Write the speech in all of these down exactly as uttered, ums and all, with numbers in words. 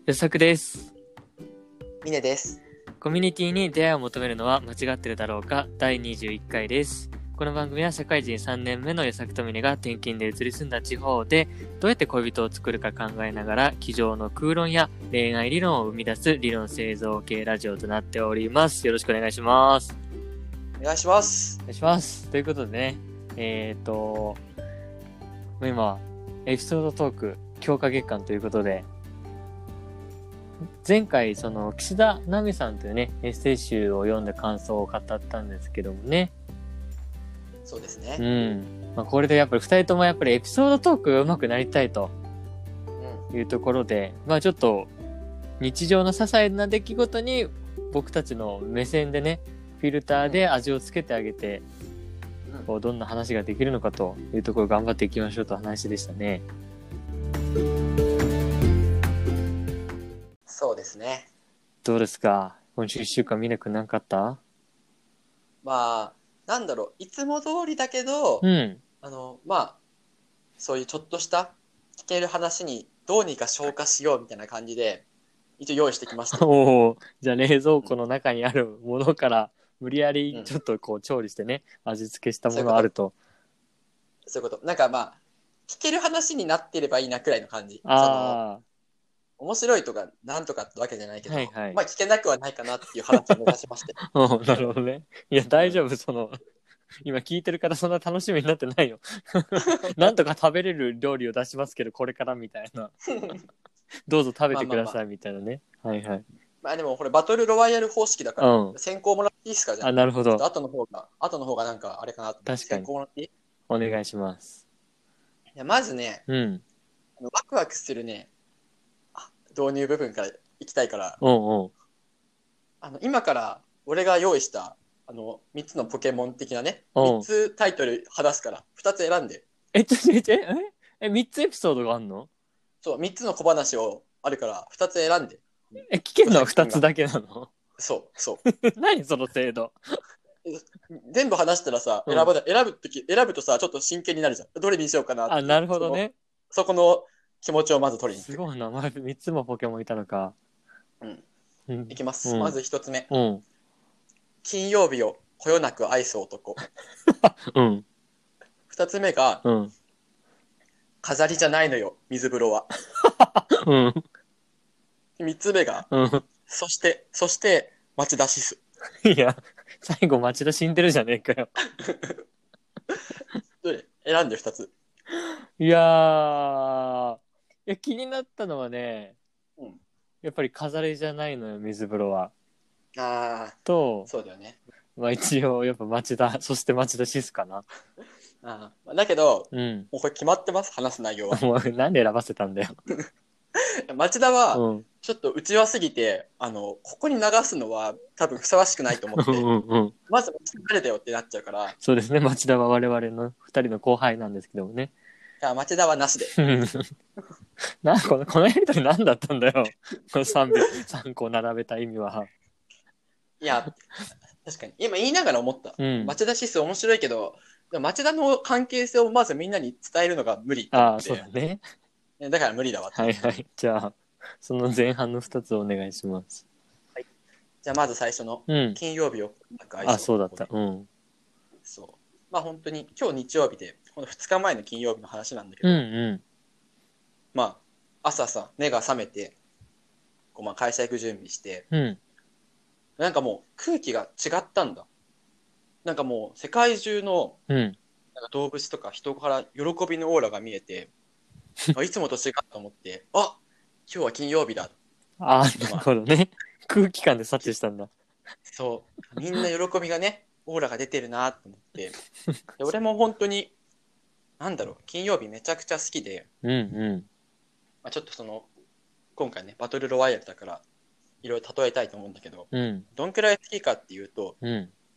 よさくです。 ミネです。 コミュニティに出会いを求めるのは間違ってるだろうかだいにじゅういっかいです。この番組は社会人さんねんめのよさくとミネが転勤で移り住んだ地方でどうやって恋人を作るか考えながら机上の空論や恋愛理論を生み出す理論製造系ラジオとなっております。よろしくお願いします。 お願いします。 お願いします。ということでね、えっと今エピソードトーク強化月間ということで、前回その岸田奈美さんというねエッセイ集を読んで感想を語ったんですけどもね。 そうですね。 うん。まあ、これでやっぱりふたりともやっぱりエピソードトークが上手くなりたいというところで、うん、まあちょっと日常の些細な出来事に僕たちの目線でねフィルターで味をつけてあげて、うん、こうどんな話ができるのかというところを頑張っていきましょうという話でしたね。 そうですね。 どうですか今週いっしゅうかんミネ君何かあった？ まあなんだろういつも通りだけど、 うん、 あのまあそういうちょっとした聞ける話にどうにか消化しようみたいな感じで一応用意してきました。 おじゃあ冷蔵庫の中にあるものから無理やりちょっとこう調理してね、うん、味付けしたものあると。 そういうこと。なんかまあ聞ける話になってればいいなくらいの感じ。 ああ。 面白いとかなんとかってわけじゃないけど、 はいはい、 まあ聞けなくはないかなっていう話を目指しまして。 なるほどね。いや大丈夫、その今聞いてる方そんな楽しみになってないよ。なんとか食べれる料理を出しますけどこれからみたいな。どうぞ食べてくださいみたいなね。まあまあまあ、はいはい。 まあでもこれバトルロワイヤル方式だから、うん、先行もらっていいですかじゃあ。 あ、なるほど。 後の方が後の方がなんかあれかなと。 確かに。 先行もらっていい？ お願いします。 いやまずね、 うん、 ワクワクするね導入部分からいきたいから、 おうおう、 あの今から俺が用意したあのみっつのポケモン的なね、みっつタイトル話すからふたつ選んで。 えちょちょちょええみっつエピソードがあんの？ そうみっつの小話をあるからふたつ選んで。 え聞けるのはふたつだけなの？ そうそう何その制度。 全部話したらさ、選ぶ、選ぶとき、選ぶとさ、ちょっと真剣になるじゃん。どれにしようかなって。 あ、なるほどね。 そこの気持ちをまず取りに行く。 すごいな、まみっつもポケモンいたのか。 うん。いきます。 うん、 まずひとつめ。 うん。 金曜日をこよなく愛す男。 うん。 ふたつめが、 うん。 飾りじゃないのよ、水風呂は。 うん。 みっつめが、 うん。 そして、そして、町田シス。 いや、最後町田死んでるじゃねえかよ。 どれ選んでふたつ。 いやー、いや気になったのはね、うん、やっぱり飾りじゃないのよ、水風呂は。 あー、 と、 そうだよね。 まあ一応、やっぱ町田、そして町田シスかな。 あだけど、 うん、 もうこれ決まってます、話す内容は。 もうなんで選ばせたんだよ。 町田はちょっと内輪すぎて、うん、あのここに流すのは多分ふさわしくないと思ってうん、うん、まず誰だよってなっちゃうから。 そうですね、町田は我々のふたりの後輩なんですけどもね。 いや町田はなしでなこのこのやりとり何だったんだよ。この 3, 3個並べた意味は。 いや確かに今言いながら思った、うん、町田シス面白いけど町田の関係性をまずみんなに伝えるのが無理って思って。ああそうだね。だから無理だわって。 はいはい。じゃあその前半のふたつお願いします。 はい。じゃあまず最初の金曜日を、うん、 あそうだった。うん。 そう。まあ本当に今日日曜日でこのふつかまえの金曜日の話なんだけど、 うんうん、 まあ朝さ目が覚めてこう、まあ、会社行く準備して、 うん、なんかもう空気が違ったんだ。なんかもう世界中の、うん、なんか動物とか人から喜びのオーラが見えてあいつもと違うと思ってあ今日は金曜日だ。 ああなるほどね。空気感で察知したんだ。 そうみんな喜びがねオーラが出てるなと思ってで俺も本当になんだろう金曜日めちゃくちゃ好きで、 うんうんまあ、ちょっとその今回ねバトルロワイヤルだからいろいろ例えたいと思うんだけど、うん、どんくらい好きかっていうと、うん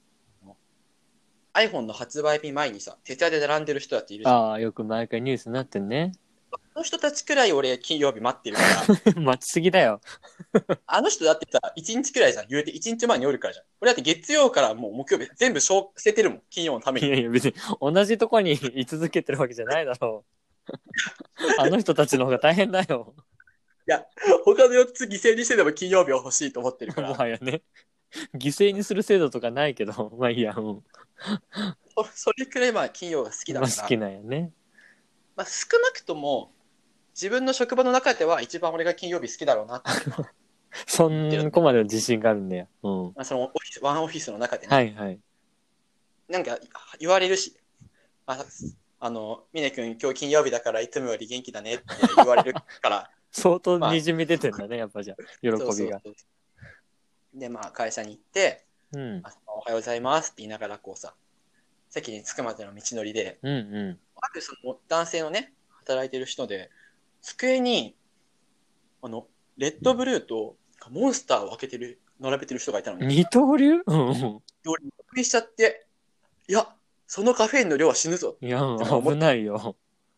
、iPhone の発売日前にさ徹夜で並んでる人たちいるじゃん。 ああよく毎回ニュースになってんね。 あの人たちくらい俺金曜日待ってるから待ちすぎだよあの人だってさいちにちくらいじゃん言うていちにちまえにおるからじゃん。俺だって月曜からもう木曜日全部捨ててるもん金曜のために。 いやいや別に同じとこに居続けてるわけじゃないだろうあの人たちの方が大変だよや、他のよっつ犠牲にしてでも金曜日は欲しいと思ってるかもら。 はやね。犠牲にする制度とかないけど、まあいいや、うん。 そそれくらいまあ金曜が好きだから、 まあ好きなんやね。 まあ、少なくとも自分の職場の中では一番俺が金曜日好きだろうなってそ言ってる。 んこまでの自信があるんだよ。うん。 まあ、そのオフィス、ワンオフィスの中でね、 はいはい。 なんか言われるし、あ、あの、峰君今日金曜日だからいつもより元気だねって言われるから、 相当まあにじみ出てんだね、やっぱじゃあ、喜びが。 そうそうそう。で、まあ会社に行って、 うん。 あおはようございますって言いながらこうさ、席に着くまでの道のりで、 うんうん。 あるその男性のね、働いてる人で、机に、あの、レッドブルーとモンスターを開けてる、並べてる人がいたのに、 二刀流うんうん。 で俺びっくりしちゃって、いや、そのカフェインの量は死ぬぞいや、 って思っ危ないよ。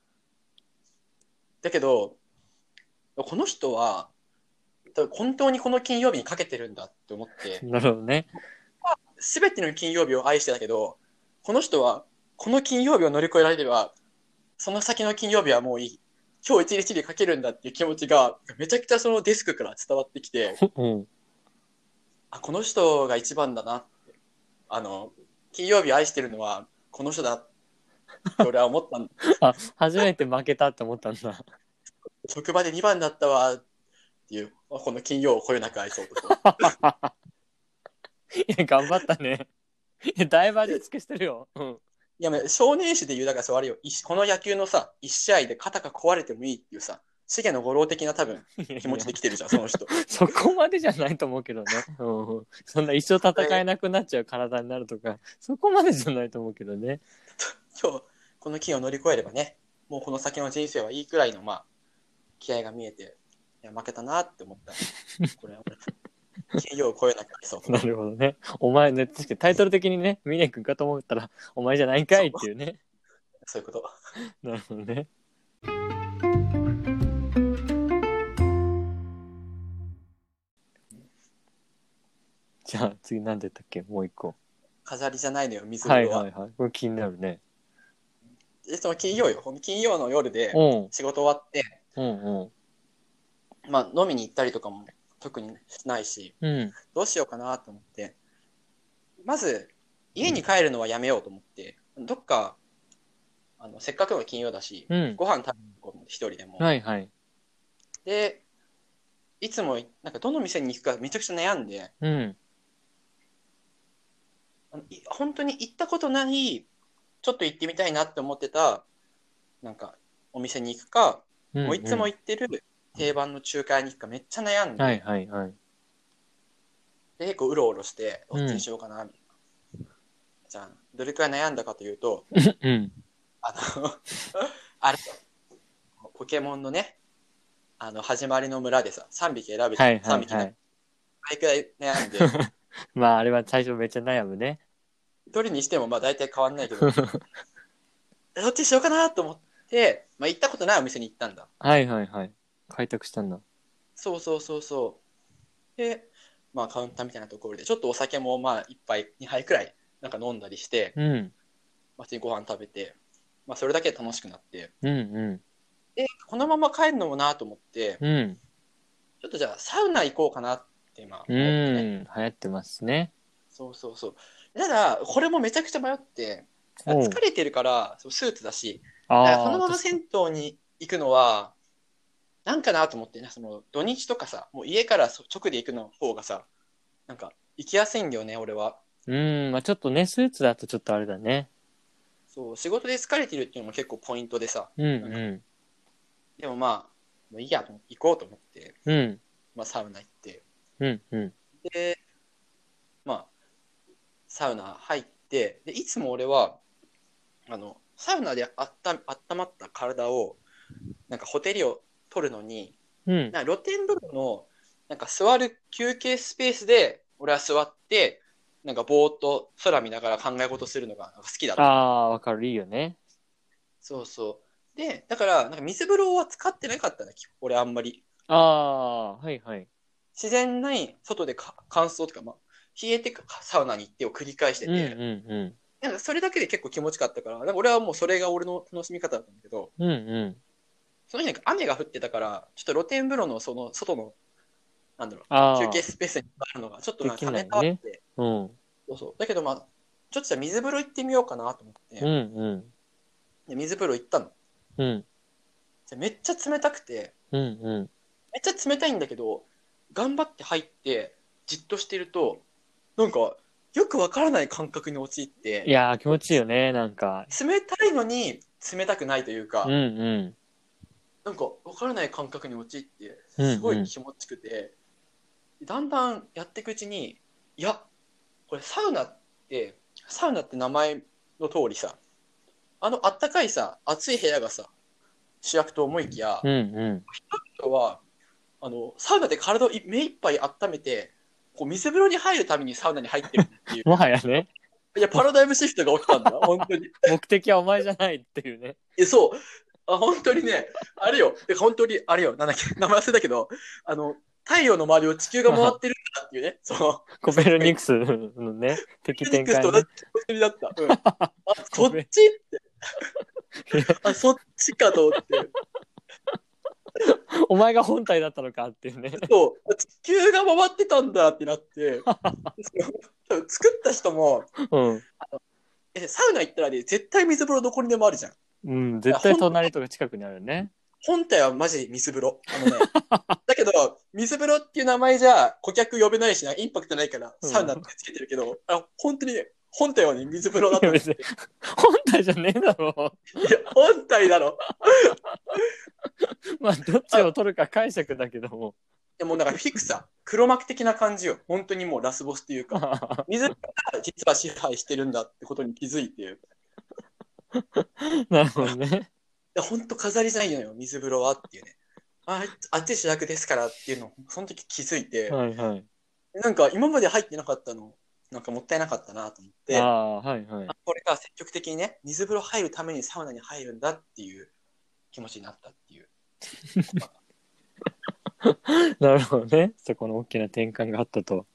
たけど、この人は、多分本当にこの金曜日にかけてるんだって思って、 なるほどね。 すべての金曜日を愛してたけど、この人は、この金曜日を乗り越えられれば、その先の金曜日はもういい。今日一日でかけるんだっていう気持ちが、めちゃくちゃそのデスクから伝わってきて、 うん。 あ、この人が一番だなって。あの、金曜日愛してるのは、この人だって俺は思ったんだ。 あ、初めて負けたって思ったんだ。 職場でにばんだったわっていう、この金曜をこよなく愛そうと。 いや、頑張ったね。いや、だいぶ味付けしてるよ。うん。 いや、少年誌で言う、だからそうあれよ。この野球のさ、一試合で肩が壊れてもいいっていうさ、重野五郎的な多分気持ちで来てるじゃん、その人。 そこまでじゃないと思うけどね。うん。そんな一生戦えなくなっちゃう体になるとか、そこまでじゃないと思うけどね。 今日、この金を乗り越えればね、もうこの先の人生はいいくらいの、まあ、気合が見えて、いや、負けたなって思った。これは金曜を超えなきゃそう。 なるほどね。お前ね、確かにタイトル的にね、峰君かと思ったら、お前じゃないんかいっていうね。 そういうこと。 なるほどね。じゃあ次何で言ったっけもう一個。 飾りじゃないのよ、水はい風呂は。 はいはい。これ気になるね。 で、その金曜よ。金曜の夜でうん。 仕事終わって、 うんうん。 まあ飲みに行ったりとかも特にしないし、 うん。 どうしようかなと思って、まず家に帰るのはやめようと思って、どっか、あのせっかくの金曜だし、 うん。 ご飯食べに行こうと思って、一人でも。 はいはい。 で、いつも、なんかどの店に行くかめちゃくちゃ悩んで、 うん。 あのい本当に行ったことない、ちょっと行ってみたいなって思ってた、なんかお店に行くか、 うんうん、 もういつも行ってる定番の中華屋に行くかめっちゃ悩んで、 はいはいはい。 で、結構うろうろして、どっちにしようかな、みたいな。じゃあ、どれくらい悩んだかというと、 うん。 あの、あれ、ポケモンのね、あの、始まりの村でさ、さんびき選べて、 はいはいはい、 さんびきな、あれくらい悩んで、 まああれは最初めっちゃ悩むね。 どれにしてもまあ大体変わんないけど、どっちにしようかなと思って、まあ行ったことないお店に行ったんだ。 はいはいはい。開拓したんだ。 そうそうそうそう。で、まあカウンターみたいなところで、ちょっとお酒もまあいっぱい、にはいくらいなんか飲んだりして、 うん。 まあ普通にご飯食べて、まあそれだけで楽しくなって、 うんうん。 で、このまま帰るのもなと思って、 うん。 ちょっとじゃあサウナ行こうかなって今思ってね。 うん、流行ってますね。 そうそうそう。ただ、これもめちゃくちゃ迷って、疲れてるから、そうスーツだし、だからこのまま銭湯に行くのは、なんかなと思ってね、その土日とかさ、もう家から直で行くの方がさ、なんか行きやすいんだよね、俺は。 うん、まあちょっとね、スーツだとちょっとあれだね。 そう、仕事で疲れてるっていうのも結構ポイントでさ。 うんうん。 でもまあ、もういいやと行こうと思って、 うん。 まあサウナ行って。 うんうん。 で、まあ、サウナ入って、で、いつも俺は、あの、サウナであった温まった体を、なんかホテルを取るのに、 うん、 なんか露天風呂の、なんか座る休憩スペースで、俺は座って、なんかぼーっと空見ながら考え事するのが好きだった。 ああ、わかる、いいよね。 そうそう。で、だから、なんか水風呂は使ってなかったね、俺あんまり。 ああ、はいはい。 自然ない外でか乾燥とか、まあ、冷えてサウナに行ってを繰り返してて、 うんうんうん。 なんかそれだけで結構気持ちよかったから、なんか俺はもうそれが俺の楽しみ方だったんだけど、 うんうん。 その日なんか雨が降ってたから、ちょっと露天風呂のその外の、なんだろう、休憩スペースにあるのが、ちょっとなんか冷めたわって、ね、うん。そうそう。だけどまあ、ちょっとじゃ水風呂行ってみようかなと思って、うんうん、で水風呂行ったの。うん。めっちゃ冷たくて、うんうん、めっちゃ冷たいんだけど、頑張って入って、じっとしてると、なんか、よくわからない感覚に陥って。 いやー、気持ちいいよね、なんか。 冷たいのに、冷たくないというか、うんうん、なんか、わからない感覚に陥って、すごい気持ちくて、うんうん、だんだんやっていくうちに、いや、これサウナって、サウナって名前の通りさ、あのあったかいさ、暑い部屋がさ、主役と思いきや、うんうん、人々は、あの、サウナで体を目いっぱい温めて、こう水風呂に入るためにサウナに入ってるっていう。 もはやね。 いや、パラダイムシフトが起きたんだ、本当に。 目的はお前じゃないっていうね。 え、そう。あ、本当にね、あれよ、本当に、あれよ、なんだっけ、名前忘れたけど、あの、太陽の周りを地球が回ってるんだっていうね、その。 コペルニクスのね、敵展開、ね。コペルニクスと同じだった。うん、あ、 そっちって。あ、そっちかと思って。 お前が本体だったのかっていうね。 そう、地球が回ってたんだってなって、作った人も、うん、あのえサウナ行ったらね、絶対水風呂どこにでもあるじゃん。 うん、絶対隣とか近くにあるね。 本体はマジ水風呂。あのね、だけど、水風呂っていう名前じゃ顧客呼べないしな、インパクトないからサウナってつけてるけど、うん、あ本当にね、本体はね、水風呂だったんですよ。 本体じゃねえだろ。 いや、本体だろ。 まあ、どっちを取るか解釈だけども。 でもなんかフィクサー、黒幕的な感じよ。本当にもうラスボスっていうか、水が実は支配してるんだってことに気づいて。 なるほどね。 本当飾りじゃないのよ、水風呂はっていうね。ああっち主役ですからっていうのを、その時気づいて、はいはい、なんか今まで入ってなかったの、なんかもったいなかったなと思って、あ、はいはい、これが積極的にね、水風呂入るためにサウナに入るんだっていう気持ちになったっていう。 なるほどね。そこの大きな転換があったと。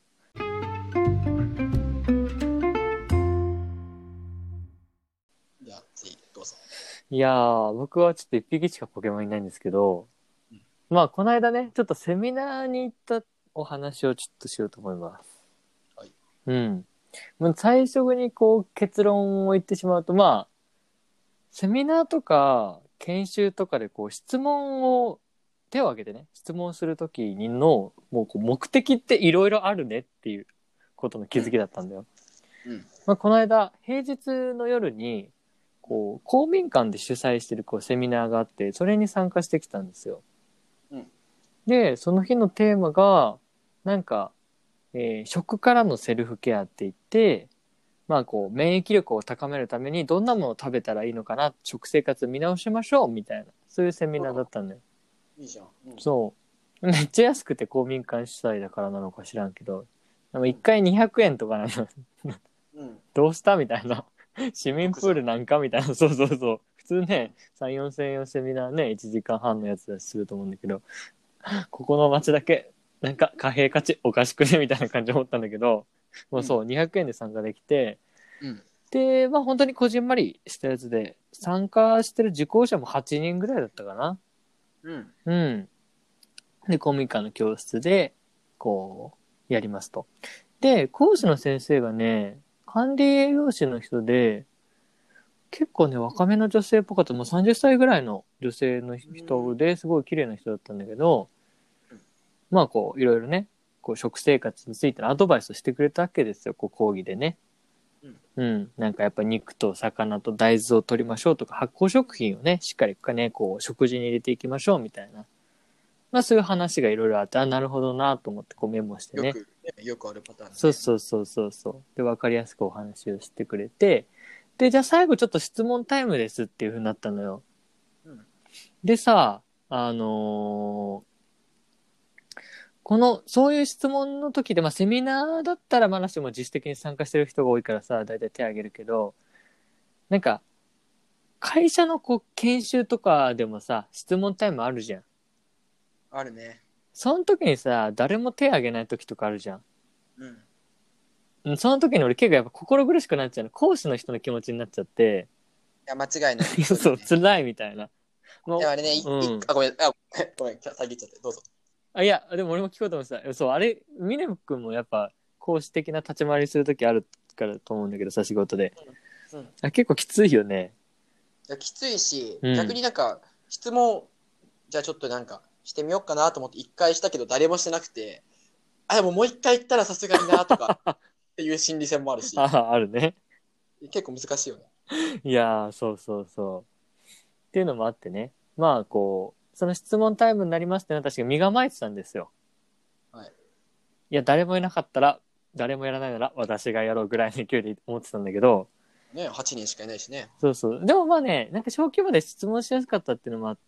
じゃあ次どうぞ。 いやー、僕はちょっと一匹しかポケモンいないんですけど、うん、まあこの間ね、ちょっとセミナーに行ったお話をちょっとしようと思います。はい。うん。最初にこう結論を言ってしまうと、まあセミナーとか研修とかでこう質問を手を挙げてね、質問するときにのもうこう目的っていろいろあるねっていうことの気づきだったんだよ。うん、まあ、この間平日の夜にこう公民館で主催してるこうセミナーがあって、それに参加してきたんですよ。うん、でその日のテーマがなんか、えー、食からのセルフケアって言って、まあこう免疫力を高めるためにどんなものを食べたらいいのかな、食生活見直しましょうみたいな、そういうセミナーだったんだよ。 いいじゃん。うん、 そうめっちゃ安くて公民館主催だからなのか知らんけど、でもいっかいにひゃくえんとかなの、うん、どうしたみたいな、市民プールなんかみたいな、そうそうそう、普通ねさん、よんせんえんのセミナーねいちじかんはんのやつだしすると思うんだけど、ここの街だけなんか貨幣価値おかしくねみたいな感じで思ったんだけど、もうそう、うん、にひゃくえんで参加できて、うん、でまあ本当にこじんまりしたやつで、参加してる受講者もはちにんぐらいだったかな。うん、うん、で公民館の教室でこうやりますと。で講師の先生がね管理栄養士の人で、結構ね若めの女性っぽかった。もうさんじゅっさいぐらいの女性の人ですごい綺麗な人だったんだけど、うん、まあこういろいろねこう食生活についてのアドバイスをしてくれたわけですよ、こう講義でね。うん、うん、なんかやっぱ肉と魚と大豆を取りましょうとか、発酵食品をねしっかりねこう食事に入れていきましょうみたいな、まあそういう話がいろいろあって、あ、なるほどなと思ってこうメモしてね。 よく、ね、よくあるパターン、ね。 そうそうそうそうそう。で分かりやすくお話をしてくれて、でじゃあ最後ちょっと質問タイムですっていう風になったのよ。うん、でさ、あのー。このそういう質問の時で、まあ、セミナーだったらまだしも自主的に参加してる人が多いからさ、だいたい手挙げるけど、なんか会社のこう研修とかでもさ質問タイムあるじゃん。 あるね。 その時にさ誰も手挙げない時とかあるじゃん。うん。その時に俺結構やっぱ心苦しくなっちゃうの、講師の人の気持ちになっちゃって。 いや間違いない。 そう、辛いみたいな。 もういやあれね、うん、あごめんあごめん遮っちゃってどうぞ。 あいやでも俺も聞こうと思ってた。そうあれミネム君もやっぱ講師的な立ち回りする時あるからと思うんだけどさ仕事で、うんうん、あ結構きついよね。 いやきついし、うん、逆になんか質問じゃあちょっとなんかしてみようかなと思って一回したけど誰もしてなくて、あでももう一回言ったらさすがになとかっていう心理戦もあるしああるね。 結構難しいよね。 いやそうそうそうっていうのもあってね、まあこうその質問タイムになりますってなった時身構えてたんですよ。はい。いや誰もいなかったら誰もやらないなら私がやろうぐらいの勢いで思ってたんだけど。 ねはちにんしかいないしね。 そうそうでもまあねなんか小規模で質問しやすかったっていうのもあって、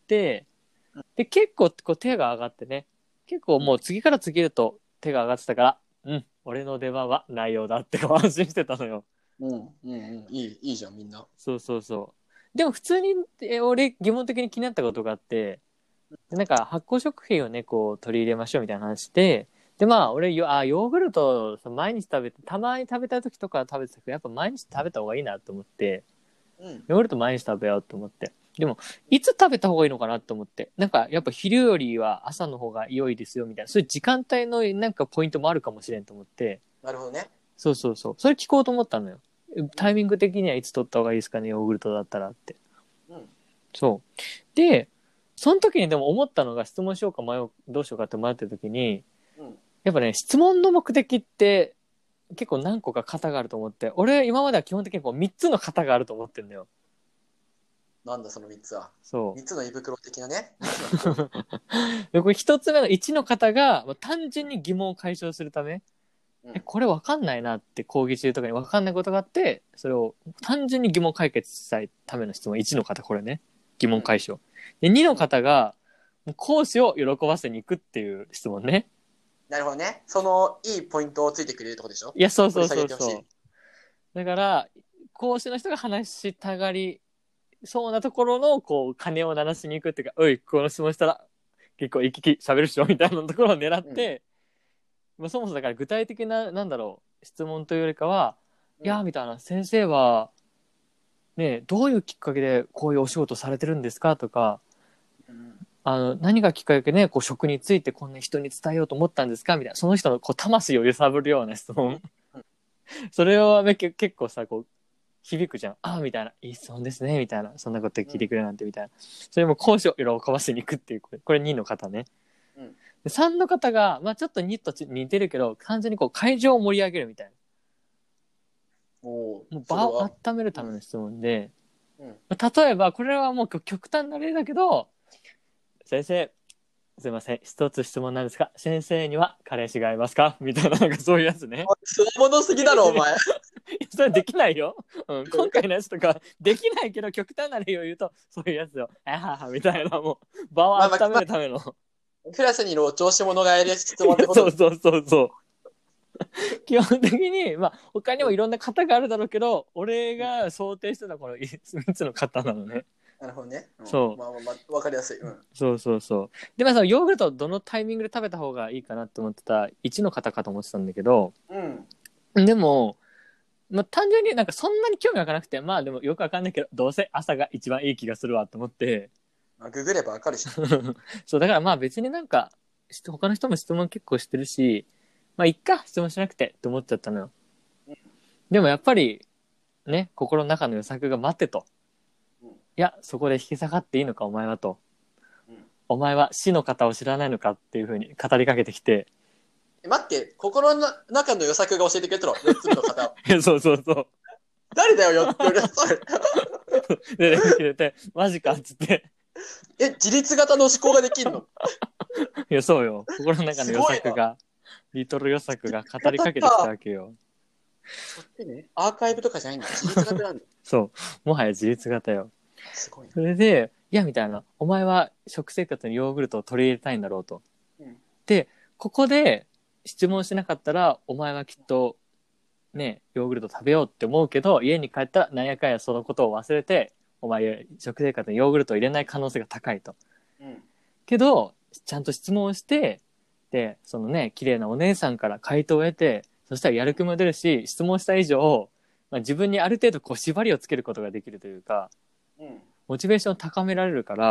うん、で結構こう手が上がってね結構もう次から次へと手が上がってたからうん俺の出番は内容だって安心してたのよ。 うんうんうんいいいいじゃんみんな。 そうそうそうでも普通に俺疑問的に気になったことがあってなんか発酵食品をねこう取り入れましょうみたいな話ででまあ俺あヨーグルト毎日食べてたまに食べた時とか食べてたけどやっぱ毎日食べた方がいいなと思って、うん、ヨーグルト毎日食べようと思ってでもいつ食べた方がいいのかなと思ってなんかやっぱ昼よりは朝の方が良いですよみたいなそういう時間帯のなんかポイントもあるかもしれんと思ってなるほどねそうそうそうそれ聞こうと思ったのよタイミング的にはいつ取った方がいいですかねヨーグルトだったらって、うん、そうでその時にでも思ったのが質問しようか迷うどうしようかって迷った時に、うん、やっぱね質問の目的って結構何個か型があると思って俺今までは基本的にこうみっつの型があると思ってるのよ。 なんだそのみっつは。 そうみっつの胃袋的なね。 でこれひとつめのいちの型が単純に疑問を解消するため、うん、えこれ分かんないなって講義中とかに分かんないことがあってそれを単純に疑問解決したいための質問いちの型これね疑問解消、うん、でにの型が講師を喜ばせに行くっていう質問ね。 なるほどね。そのいいポイントをついてくれるとこでしょ。 いやそうそうそうそうだから講師の人が話したがりそうなところのこう鐘を鳴らしに行くっていうかおいこの質問したら結構行き来喋るっしょみたいなところを狙って、うんまあ、そもそもだから具体的ななんだろう質問というよりかは、うん、いやみたいな先生はねどういうきっかけでこういうお仕事されてるんですかとか、うん、あの何がきっかけでねこう食についてこんな人に伝えようと思ったんですかみたいなその人のこう魂を揺さぶるような質問、うん、それを結構さこう響くじゃんああみたいないい質問ですねみたいなそんなこと聞いてくれなんてみたいな、うん、それも講師を喜ばせに行くっていうこれ、これにの方ね、うん、でさんの方が、まあ、ちょっとにと似てるけど完全にこう会場を盛り上げるみたいなおもう場を温めるための質問で、うんうん、例えばこれはもう極端な例だけど先生すいません一つ質問なんですが先生には彼氏がいますかみたいななんかそういうやつねつわものすぎだろお前それできないよ、うん、今回のやつとかできないけど極端な例を言うとそういうやつよあははみたいなもう場を温めるための、まあまあ、クラスにいるお調子者がやる質問ってことそうそうそうそう基本的にまあ他にもいろんな型があるだろうけど俺が想定してたこのみっつの型なのね。 なるほどね、 うん、そうまあまあまあ分かりやすい、うん、 そうそうそうでまあそのヨーグルトどのタイミングで食べた方がいいかなって思ってたいちの型かと思ってたんだけど、うん、でもまあ、単純になんかそんなに興味湧かなくてまあでもよくわかんないけどどうせ朝が一番いい気がするわと思ってまあググればわかるしそうだからまあ別になんか他の人も質問結構してるしまあいっか質問しなくてって思っちゃったのよ、うん、でもやっぱりね心の中の予策が待ってと、うん、いやそこで引き下がっていいのかお前はと、うん、お前は死の方を知らないのかっていう風に語りかけてきて待って心の中の予策が教えてくれたろよっつめの方そうそうそう誰だよよっつで切れてマジかっつってえ自立型の思考ができんのいやそうよ心の中の予策がリトル予策が語りかけてきたわけよそっちねアーカイブとかじゃないんだ自立型なんだそうもはや自立型よすごいなそれでいやみたいなお前は食生活にヨーグルトを取り入れたいんだろうと、うん、でここで質問しなかったらお前はきっとねヨーグルト食べようって思うけど家に帰ったら何やかんやそのことを忘れてお前食生活にヨーグルトを入れない可能性が高いと、うん、けどちゃんと質問をしてでそのね綺麗なお姉さんから回答を得てそしたらやる気も出るし質問した以上、まあ、自分にある程度こう縛りをつけることができるというか、うん、モチベーションを高められるから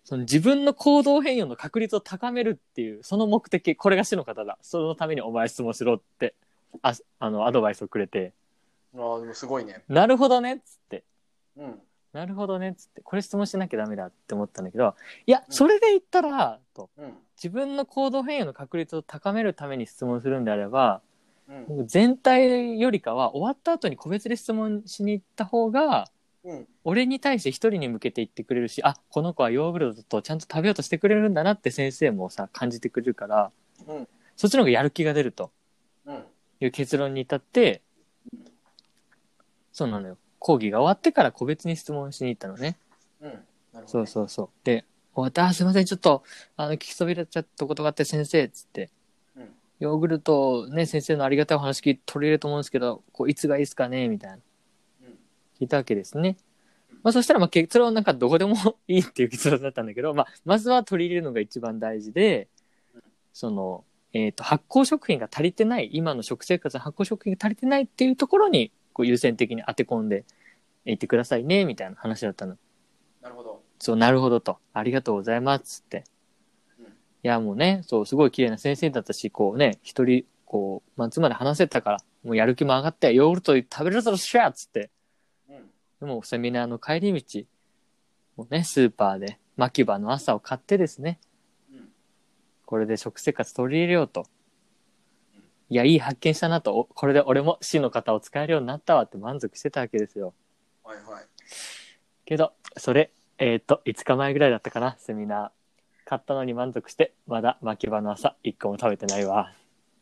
その自分の行動変容の確率を高めるっていう、その目的、これが死の方だ。そのためにお前質問しろって、あ、あの、アドバイスをくれて。 ああ、でもすごいね。 なるほどねっつって。 うん。 なるほどねっつって。これ質問しなきゃダメだって思ったんだけど、いや、それで言ったら、と、うん、自分の行動変容の確率を高めるために質問するんであれば、うん、全体よりかは終わった後に個別で質問しに行った方が、うん、俺に対して一人に向けて言ってくれるし、あ、この子はヨーグルトとちゃんと食べようとしてくれるんだなって先生もさ感じてくれるから、うん、そっちの方がやる気が出るという結論に至って、うん、そうなのよ。講義が終わってから個別に質問しに行ったのね。うん、なるほどね。そうそうそう。で、終わって、あ、すいません、ちょっとあの聞きそびれちゃったことがあって先生っつって。ヨーグルトね、先生のありがたいお話取り入れると思うんですけど、こういつがいいですかねみたいな、うん、聞いたわけですね。まあそしたらまあ結論なんかどこでもいいっていう結論だったんだけど、まあまずは取り入れるのが一番大事で、うん、そのえっと発酵食品が足りてない、今の食生活の発酵食品が足りてないっていうところにこう優先的に当て込んでいってくださいねみたいな話だったの。 なるほど。 そう、なるほどと、ありがとうございますって。いやもうね、そうすごい綺麗な先生だったし、こうね、一人こうマンツーマンで話せたから、もうやる気も上がって、ヨーグルト食べるぞっしゃっつって、うん、でもセミナーの帰り道、もうねスーパーで牧場の朝を買ってですね、うん、これで食生活取り入れようと、うん、いやいい発見したなと、これで俺も死の型を使えるようになったわって満足してたわけですよ。 はいはい。けどそれえっといつかまえぐらいだったかな、セミナー。買ったのに満足して、まだ牧場の朝一個も食べてないわ。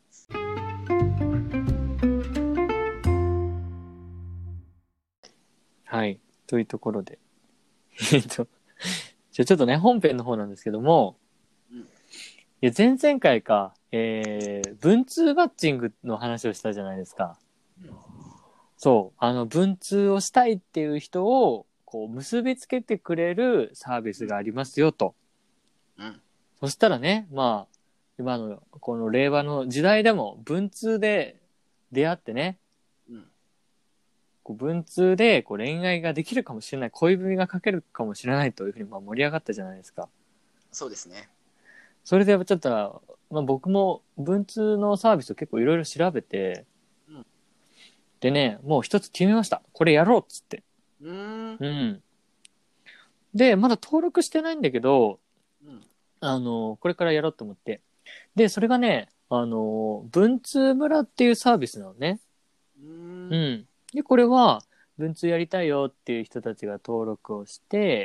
はい、というところでえっとじゃちょっとね本編の方なんですけども、うん、いや前々回か、えー、文通マッチングの話をしたじゃないですか。うん、そうあの文通をしたいっていう人をこう結びつけてくれるサービスがありますよと。うん、そしたらね、まあ今のこの令和の時代でも文通で出会ってね、うん、こう文通でこう恋愛ができるかもしれない、恋文が書けるかもしれないというふうにまあ盛り上がったじゃないですか。 そうですね。 それでやっぱちょっと、まあ、僕も文通のサービスを結構いろいろ調べて、うん、でね、もう一つ決めました。これやろうっつって。うーん。うん。で、まだ登録してないんだけど、うん、あの、これからやろうと思って。で、それがね、あの、文通村っていうサービスなのね。うーん。うん。で、これは、文通やりたいよっていう人たちが登録をして、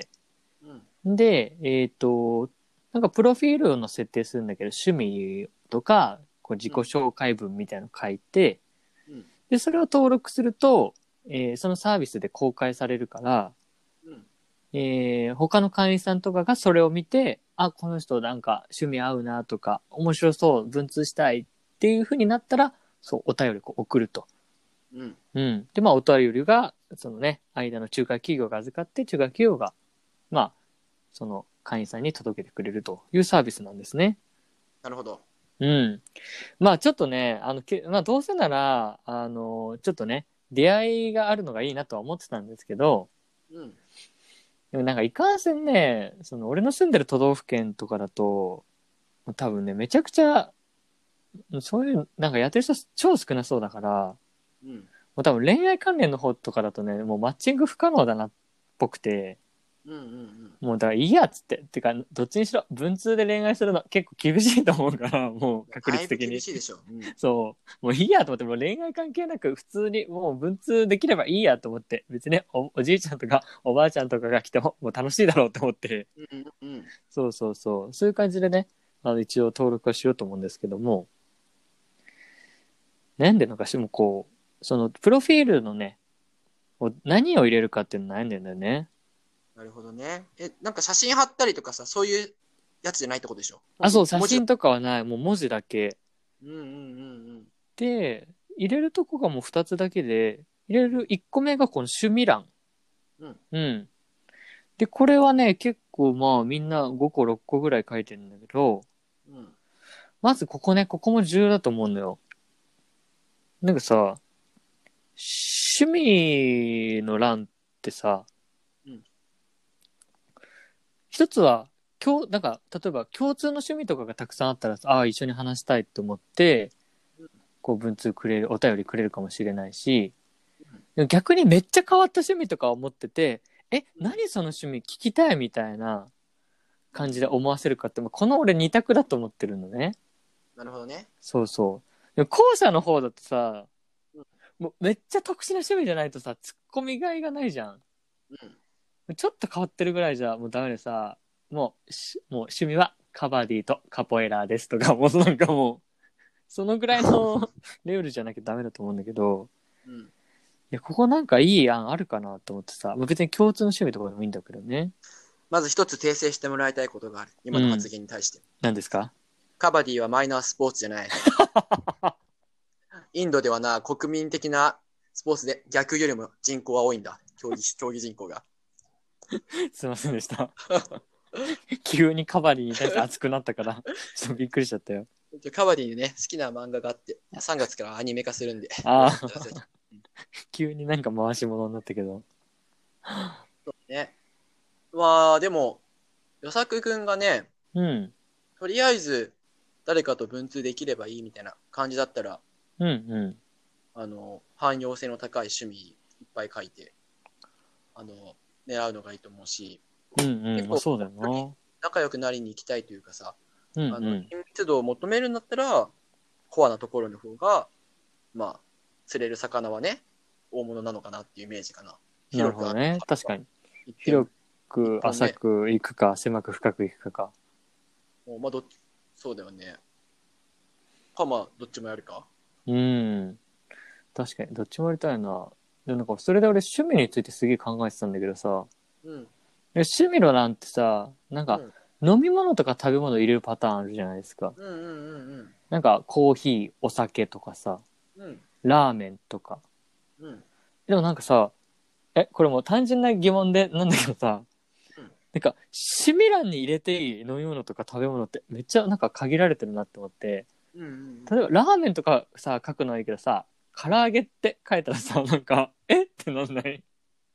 うん、で、えっと、なんかプロフィールの設定するんだけど、趣味とか、こう自己紹介文みたいなの書いて、うん、で、それを登録すると、えー、そのサービスで公開されるから、うん、えー、他の会員さんとかがそれを見て、あ、この人なんか趣味合うなとか、面白そう、文通したいっていう風になったら、そう、お便りを送ると。うん。うん。で、まあ、お便りが、そのね、間の仲介企業が預かって、仲介企業が、まあ、その会員さんに届けてくれるというサービスなんですね。 なるほど。 うん。まあ、ちょっとね、あの、けまあ、どうせなら、あの、ちょっとね、出会いがあるのがいいなとは思ってたんですけど、うん。でもなんかいかんせんね、その俺の住んでる都道府県とかだと、多分ね、めちゃくちゃ、そういう、なんかやってる人超少なそうだから、うん、もう多分恋愛関連の方とかだとね、もうマッチング不可能だなっぽくて、うんうんうん、もうだからいいやっつって、てか、どっちにしろ文通で恋愛するの結構厳しいと思うから、もう確率的に。 厳しいでしょ。うん、 そう。もういいやと思って、もう恋愛関係なく普通にもう文通できればいいやと思って、別にね、お、おじいちゃんとかおばあちゃんとかが来てももう楽しいだろうと思って、うんうんうん、そうそうそう。そういう感じでね、あの一応登録はしようと思うんですけども、なんでなんかしてもこう、そのプロフィールのね、何を入れるかっていうの悩んでんだよね。 なるほどね。え、なんか写真貼ったりとかさ、そういうやつじゃないってことでしょ？ あ、そう、写真とかはない。もう文字だけ。 うんうんうんうん。 で、入れるとこがもうふたつだけで、入れるいっこめがこの趣味欄。うん。うん。で、これはね、結構まあみんなごころっこぐらい書いてるんだけど、うん。まずここね、ここも重要だと思うのよ。なんかさ、趣味の欄ってさ、うん、一つは今日なんか例えば共通の趣味とかがたくさんあったらああ一緒に話したいと思ってこう文通くれるお便りくれるかもしれないし、逆にめっちゃ変わった趣味とか思っててえ何その趣味聞きたいみたいな感じで思わせるかってこの俺二択だと思ってるのね。 なるほどね。 そうそう。でも後者の方だとさ、うん、もうめっちゃ特殊な趣味じゃないとさ突っ込みがいがないじゃん。うん、ちょっと変わってるぐらいじゃもうダメでさ、もうもう趣味はカバディとカポエラーですとかもうなんかもうそのぐらいのレベルじゃなきゃダメだと思うんだけど、うん、いやここなんかいい案あるかなと思ってさ、別に共通の趣味とかでもいいんだけどね。 まず一つ訂正してもらいたいことがある。今の発言に対して。うん、 何ですか？ カバディはマイナースポーツじゃない。インドではな、国民的なスポーツで逆よりも人口は多いんだ。競技、競技人口が。 すいませんでした。急にカバディに対して熱くなったから、ちょっとびっくりしちゃったよ。 カバディにね、好きな漫画があって、さんがつからアニメ化するんで。 ああ。急になんか回し物になったけど。 そうね。まあ、でも、与作くんがね、うん、とりあえず誰かと文通できればいいみたいな感じだったら、うんうん、あの汎用性の高い趣味いっぱい書いてあの狙うのがいいと思うし、うんうん、結構そうだよな。仲良くなりに行きたいというかさ、うんうん、あの親密度を求めるんだったらコアなところの方がまあ釣れる魚はね大物なのかなっていうイメージかな。 なるほどね。確かに広く浅く行くか、ね、狭く深く行くかか。 まあどっちそうだよね。かまあどっちもやるか。 うん。確かにどっちもやりたいな。でもなんかそれで俺趣味についてすげえ考えてたんだけどさ、うん、趣味の欄ってさなんか、うん、飲み物とか食べ物入れるパターンあるじゃないですか。うんうんうんうん。なんかコーヒー、お酒とかさ、うん、ラーメンとか。うん。でもなんかさ、えこれもう単純な疑問でなんだけどさ、うん、なんか趣味欄に入れていい飲み物とか食べ物ってめっちゃなんか限られてるなって思って、うんうんうん、例えばラーメンとかさ書くのはいいけどさ。唐揚げって書いたらさ、なんか、えってなんない？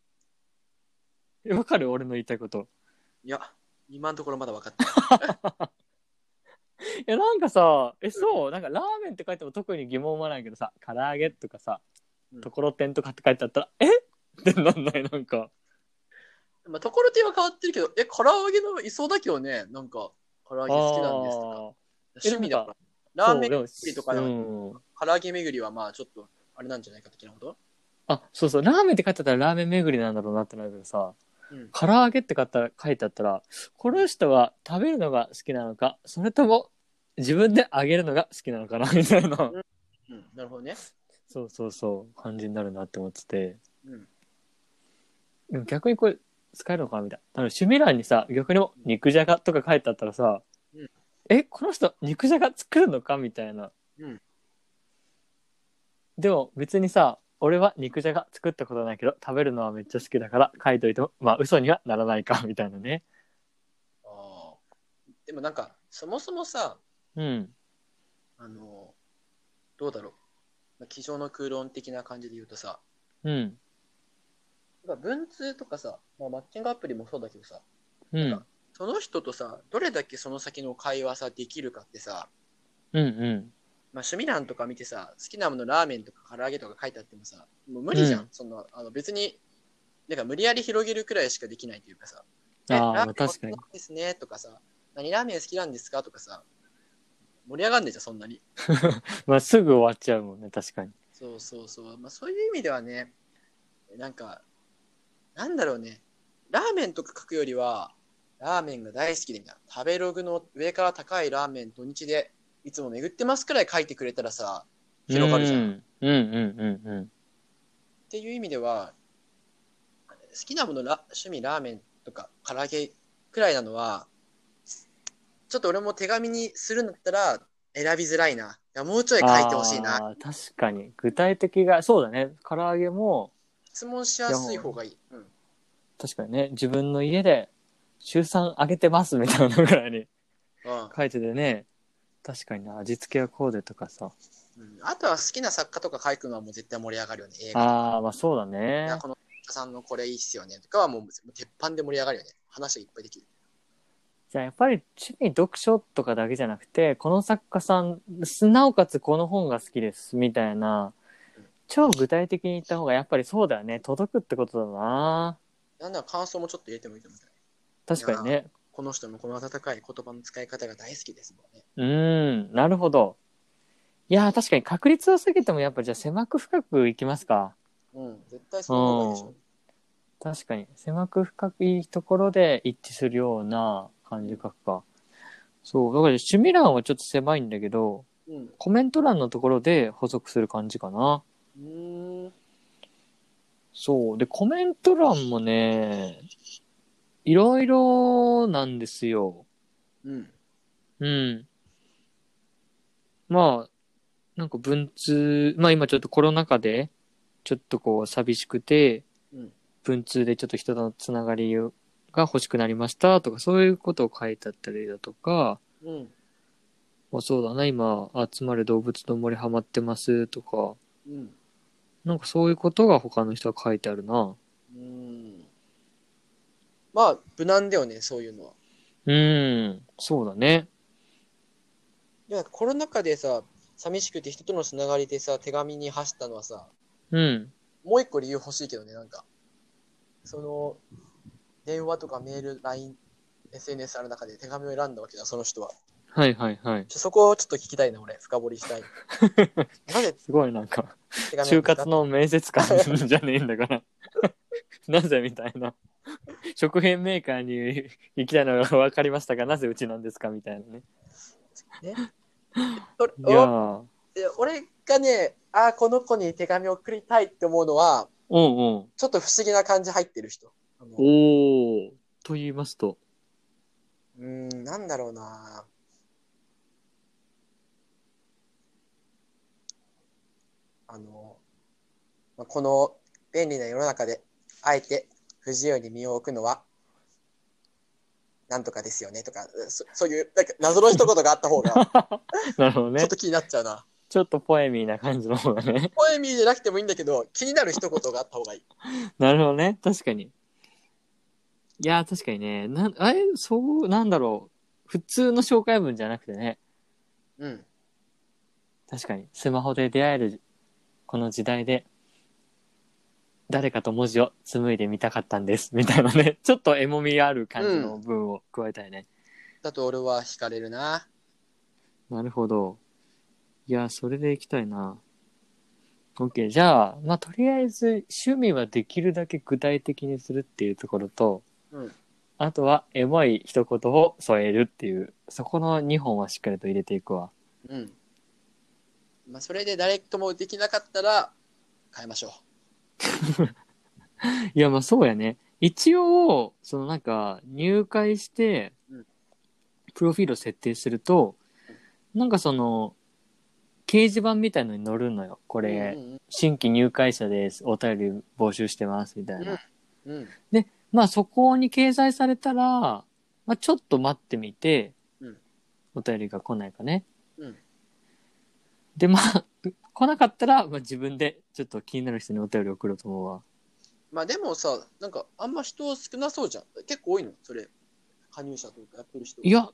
わかる？俺の言いたいこと。 いや、今のところまだ分かってない。 いや、なんかさ、え、そう、なんかラーメンって書いても特に疑問はないけどさ、唐揚げとかさ、ところてんとかって書いてあったら、えってなんない？なんか。 まあ、ところてんは変わってるけど、え、唐揚げのいそうだけどね、なんか、唐揚げ好きなんですとか。趣味だから。ラーメン巡りとかの、うん、唐揚げ巡りはまあちょっとあれなんじゃないか的なこと？ あ、そうそう、ラーメンって書いてあったらラーメン巡りなんだろうなってなるけどさ、うん、唐揚げって書いてあったら、この人は食べるのが好きなのか、それとも自分で揚げるのが好きなのかなみたいな、うん、うん、 なるほどね。 そうそうそう感じになるなって思ってて、うん、でも逆にこれ使えるのかなみたいな。趣味欄にさ、逆にも肉じゃがとか書いてあったらさ、うん、えこの人肉じゃが作るのかみたいな、うん、でも別にさ俺は肉じゃが作ったことないけど食べるのはめっちゃ好きだから書いといてもまあ嘘にはならないかみたいなね。 あでもなんかそもそもさ、うん、あのどうだろう、机上の空論的な感じで言うとさ、うん、文通とかさ、まあ、マッチングアプリもそうだけどさ、うん、なんかその人とさどれだけその先の会話さできるかってさ、うんうん、まあ、趣味欄とか見てさ好きなものラーメンとか唐揚げとか書いてあってもさもう無理じゃん、うん、そのあの別になんか無理やり広げるくらいしかできないというかさ、 あラーメン好きですねとかさ、何ラーメン好きなんですかとかさ盛り上がんねえじゃんそんなに。 まあすぐ終わっちゃうもんね確かに。 そうそうそう、まあ、そういう意味ではねなんかなんだろうね、ラーメンとか書くよりはラーメンが大好きでみたいな、食べログの上から高いラーメン土日でいつも巡ってますくらい書いてくれたらさ広がるじゃん。うんうんうんうん。っていう意味では好きなものラ趣味ラーメンとか唐揚げくらいなのはちょっと俺も手紙にするんだったら選びづらいな。いやもうちょい書いてほしいな。 あ確かに具体的がそうだね。唐揚げも質問しやすい方がいい。うん、 確かにね自分の家で週さんあげてますみたいなぐらいに書いててね、うん、確かにな味付けはこうでとかさ、 うん、あとは好きな作家とか書くのはもう絶対盛り上がるよね。映画ああまあそうだね。 いやこの作家さんのこれいいっすよねとかはもう鉄板で盛り上がるよね。話がいっぱいできる。 じゃあやっぱり趣味読書とかだけじゃなくて、この作家さん、なおかつこの本が好きですみたいな、超具体的に言った方がやっぱりそうだよね。届くってことだな。 なんなら感想もちょっと入れてもいいと思う。 確かにね。 この人のこの温かい言葉の使い方が大好きですもんね。 うーん、なるほど。いやー確かに確率を下げてもやっぱじゃあ狭く深くいきますか。 うん、絶対その方がいいでしょ。うん、 確かに狭く深いところで一致するような感じ書くか。そう、だから趣味欄はちょっと狭いんだけど、うん、コメント欄のところで補足する感じかな。うーん。そう。で、コメント欄もね、いろいろなんですよ。うん。うん。まあ、なんか文通、まあ今ちょっとコロナ禍で、ちょっとこう寂しくて、うん、文通でちょっと人とのつながりが欲しくなりましたとか、そういうことを書いてあったりだとか、うん、まあそうだな、今、集まる動物の森ハマってますとか、うん、なんかそういうことが他の人は書いてあるな。うん。 まあ、無難だよね、そういうのは。 うん、そうだね。 いや、コロナ禍でさ、寂しくて人とのつながりでさ、手紙に走ったのはさ、うん。もう一個理由欲しいけどね、なんか。その、電話とかメール、ライン、エスエヌエス ある中で手紙を選んだわけだ、その人は。 はいはいはい。 そこをちょっと聞きたいな、俺。深掘りしたい。 なぜすごいなんか、就活の面接官じゃねえんだから。なぜみたいな。食品メーカーに行きたいのが分かりましたが、なぜうちなんですかみたいなね。ねいや俺がね、ああ、この子に手紙を送りたいって思うのは、うんうん、ちょっと不思議な感じ入ってる人。 おお、と言いますと。 うーん、なんだろうな。あの、この便利な世の中で、あえて不自由に身を置くのは、なんとかですよねとか、そ, そういうなんか謎の一言があった方が、なるほどね。ちょっと気になっちゃうな。 ちょっとポエミーな感じの方がね。 ポエミーじゃなくてもいいんだけど、気になる一言があった方がいい。 なるほどね。確かに。いや、確かにね。な、あれ、そう、なんだろう。普通の紹介文じゃなくてね。うん。確かに。スマホで出会える、この時代で、誰かと文字を紡いでみたかったんです。みたいなね。ちょっとエモみある感じの文を加えたいね。 うん、だと俺は惹かれるな。 なるほど。いや、それでいきたいな。OK。じゃあ、まあ、とりあえず、趣味はできるだけ具体的にするっていうところと、うん、あとは、エモい一言を添えるっていう、そこのにほんはしっかりと入れていくわ。 うん。まあ、それで誰ともできなかったら、変えましょう。 いや、まあそうやね。一応、そのなんか、入会して、プロフィールを設定すると、うん、なんかその、掲示板みたいのに載るのよ。これ、うんうん、新規入会者です。お便り募集してます。みたいな。うんうん、で、まあそこに掲載されたら、まあちょっと待ってみて、うん、お便りが来ないかね。うん、で、まあ、来なかったら、まあ自分でちょっと気になる人にお便り送ろうと思うわ。 まあでもさ、なんかあんま人少なそうじゃん。結構多いのそれ。加入者というかやってる人。 いや、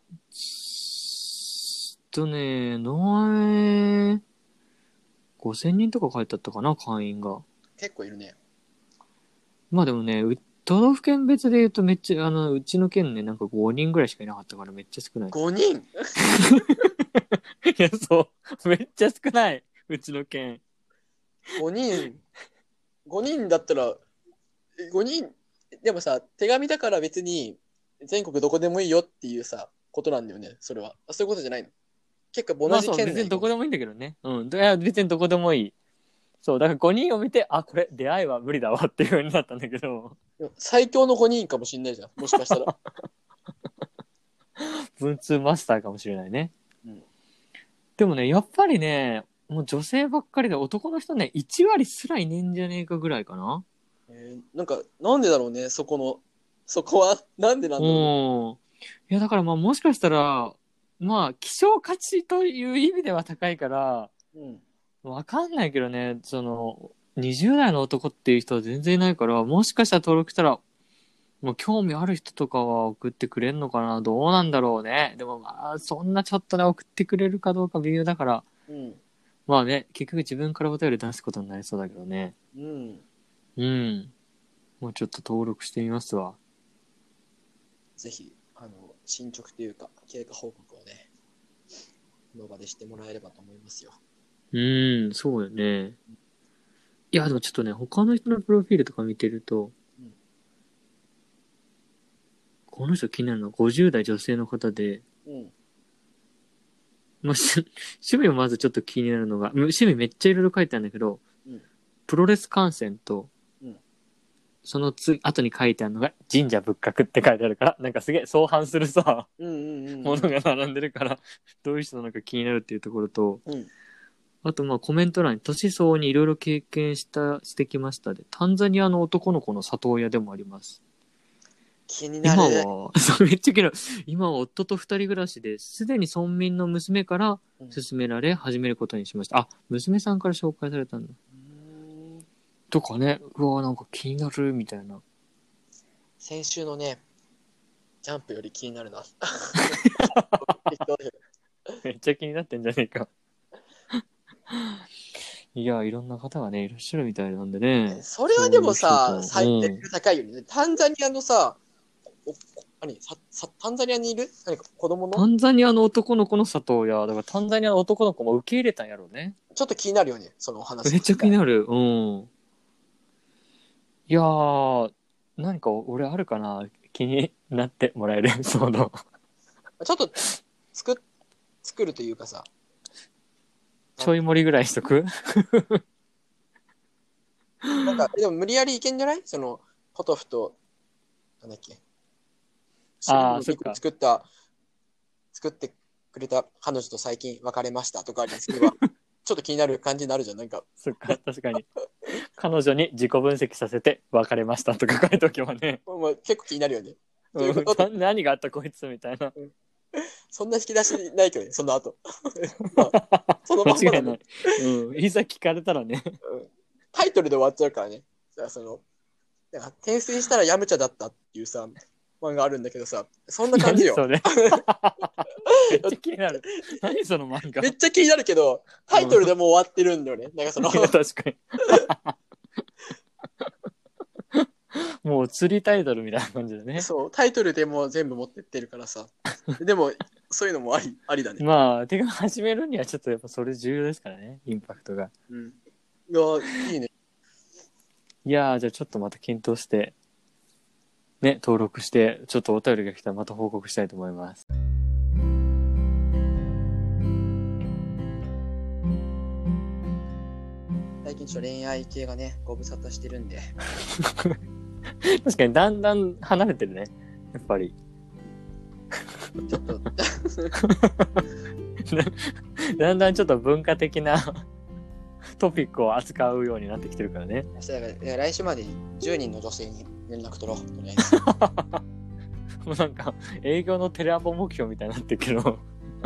とね、のえ、ごせんにんとか書いてあったかな、会員が。 結構いるね。 まあでもね、都道府県別で言うとめっちゃ、あの、うちの県ね、なんかごにんぐらいしかいなかったからめっちゃ少ない。 ごにんいや、そう。めっちゃ少ない。うちの県。 ごにん。ごにんだったら、ごにん、でもさ、手紙だから別に全国どこでもいいよっていうさ、ことなんだよね、それは。そういうことじゃないの？結構同じ県内、まあ、そう、 別にどこでもいいんだけどね。うん。いや、別にどこでもいい。そう、だからごにんを見て、あ、これ、出会いは無理だわっていう風になったんだけど。 最強のごにんかもしんないじゃん、もしかしたら。 文通マスターかもしれないね。うん。でもね、やっぱりね、もう女性ばっかりで男の人ね、いち割すらいねえんじゃねえかぐらいかな。 えー、なんか、なんでだろうね、そこの、そこは、なんでなんだろう、ね。 いや、だからまあもしかしたら、まあ、希少価値という意味では高いから、うん。わかんないけどね、その、にじゅう代の男っていう人は全然いないから、もしかしたら登録したら、 もう興味ある人とかは送ってくれんのかな、どうなんだろうね。でもまあ、そんなちょっとね、送ってくれるかどうか微妙だから。 うん。 まあね、結局自分からお便り出すことになりそうだけどね。 うん。 うん。もうちょっと登録してみますわ。ぜひ、あの、進捗というか、経過報告をね、この場でしてもらえればと思いますよ。 うん、そうよね。いや、でもちょっとね、他の人のプロフィールとか見てると、うん、この人気になるのはごじゅう代女性の方で、うん、まあ、趣味をまずちょっと気になるのが、趣味めっちゃいろいろ書いてあるんだけど、うん、プロレス観戦と、うん、そのつ後に書いてあるのが神社仏閣って書いてあるから、なんかすげえ相反するさ、うんうんうんうん、ものが並んでるから、どういう人なのか気になるっていうところと、うん、あとまあコメント欄に年相応にいろいろ経験したしてきましたで、タンザニアの男の子の里親でもあります。 気になる。 今はめっちゃ気になる。今は夫と二人暮らしで、すでに村民の娘から勧められ始めることにしました。うん、あ、娘さんから紹介されたんだ。うんとかね、うわなんか気になるみたいな。 先週のね、ジャンプより気になるな。 めっちゃ気になってんじゃねえか。いや、いろんな方がね、いらっしゃるみたいなんでね。 それはでもさ、最低高いよね。タンザニアのさ、何ささタンザニアにいる何か子供のタンザニアの男の子の里親。だからタンザニアの男の子も受け入れたんやろうね。 ちょっと気になるよね、その話。 めっちゃ気になる。うん。いやー、何か俺あるかな、気になってもらえるエピソード。 ちょっと作作るというかさ。 ちょい盛りぐらいしとくなんか、でも無理やりいけんじゃない？その、ポトフと、なんだっけ。 ああ、そっか。 作った、作ってくれた彼女と最近別れましたとかにすれば、ちょっと気になる感じになるじゃん、なんか。 そっか、確かに。彼女に自己分析させて別れましたとか書いとけばね。 まあ、結構気になるよね。 うん、何があったこいつみたいな。うんそんな引き出しないけどね、その後。 まあ、そのまんまだね。間違いない。うん。いざ聞かれたらね、 うん。タイトルで終わっちゃうからね。だからその、なんか転生したらヤムチャだったっていうさ、漫画あるんだけどさ、そんな感じよ。 それめっちゃ気になる。何その漫画。 めっちゃ気になるけど、タイトルでもう終わってるんだよね。なんかその。 確かに。もう釣りタイトルみたいな感じだね。 そう、タイトルでもう全部持ってってるからさ。でも、そういうのもあり、ありだね。 まあ、てか始めるにはちょっとやっぱそれ重要ですからね、インパクトが。うん。 いや、いいね。 いやー、じゃあちょっとまた検討して、ね、登録して、ちょっとお便りが来たらまた報告したいと思います。 最近ちょっと恋愛系がね、ご無沙汰してるんで。 確かにだんだん離れてるね、やっぱり。ちょっとだんだんちょっと文化的なトピックを扱うようになってきてるからね。 来週までにじゅうにんの女性に連絡取ろう。とりあえずもうなんか営業のテレアポ目標みたいになってるけど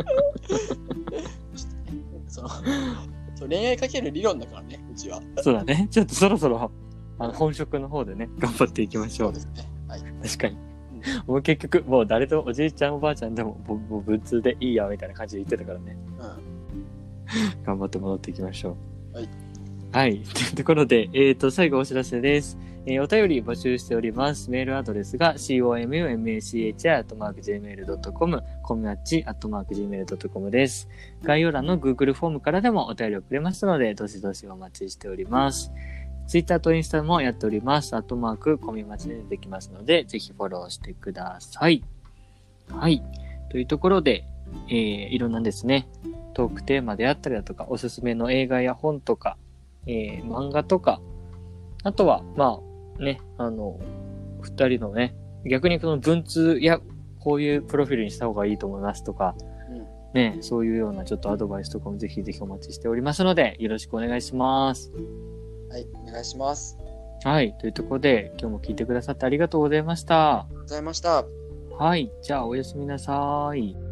その恋愛かける理論だからね、うちは。 そうだね。ちょっとそろそろあの本職の方でね頑張っていきましょう。 そうですね。はい。 確かに。もう結局もう誰とおじいちゃんおばあちゃんでももう文通でいいやみたいな感じで言ってたからね。うん。頑張って戻っていきましょう。はい。はい。というところで、えっと、最後お知らせです。えー、お便り募集しております。メールアドレスが コムマチ アットマーク ジェイメールドットコム コムマチ アットマーク ジェイメールドットコム です。概要欄の Google フォームからでもお便りをくれますので、どしどしお待ちしております。Twitter とインスタもやっております。アットマーク、コミマチで出てきますので、ぜひフォローしてください。はい。というところで、えー、いろんなですね、トークテーマであったりだとか、おすすめの映画や本とか、えー、漫画とか、あとは、まあ、ね、あの、二人のね、逆にこの文通や、こういうプロフィールにした方がいいと思いますとか、うん、ね、そういうようなちょっとアドバイスとかもぜひぜひお待ちしておりますので、よろしくお願いします。 はい、お願いします。 はい、というところで、今日も聞いてくださってありがとうございました。 ありがとうございました。 はい、じゃあおやすみなさい。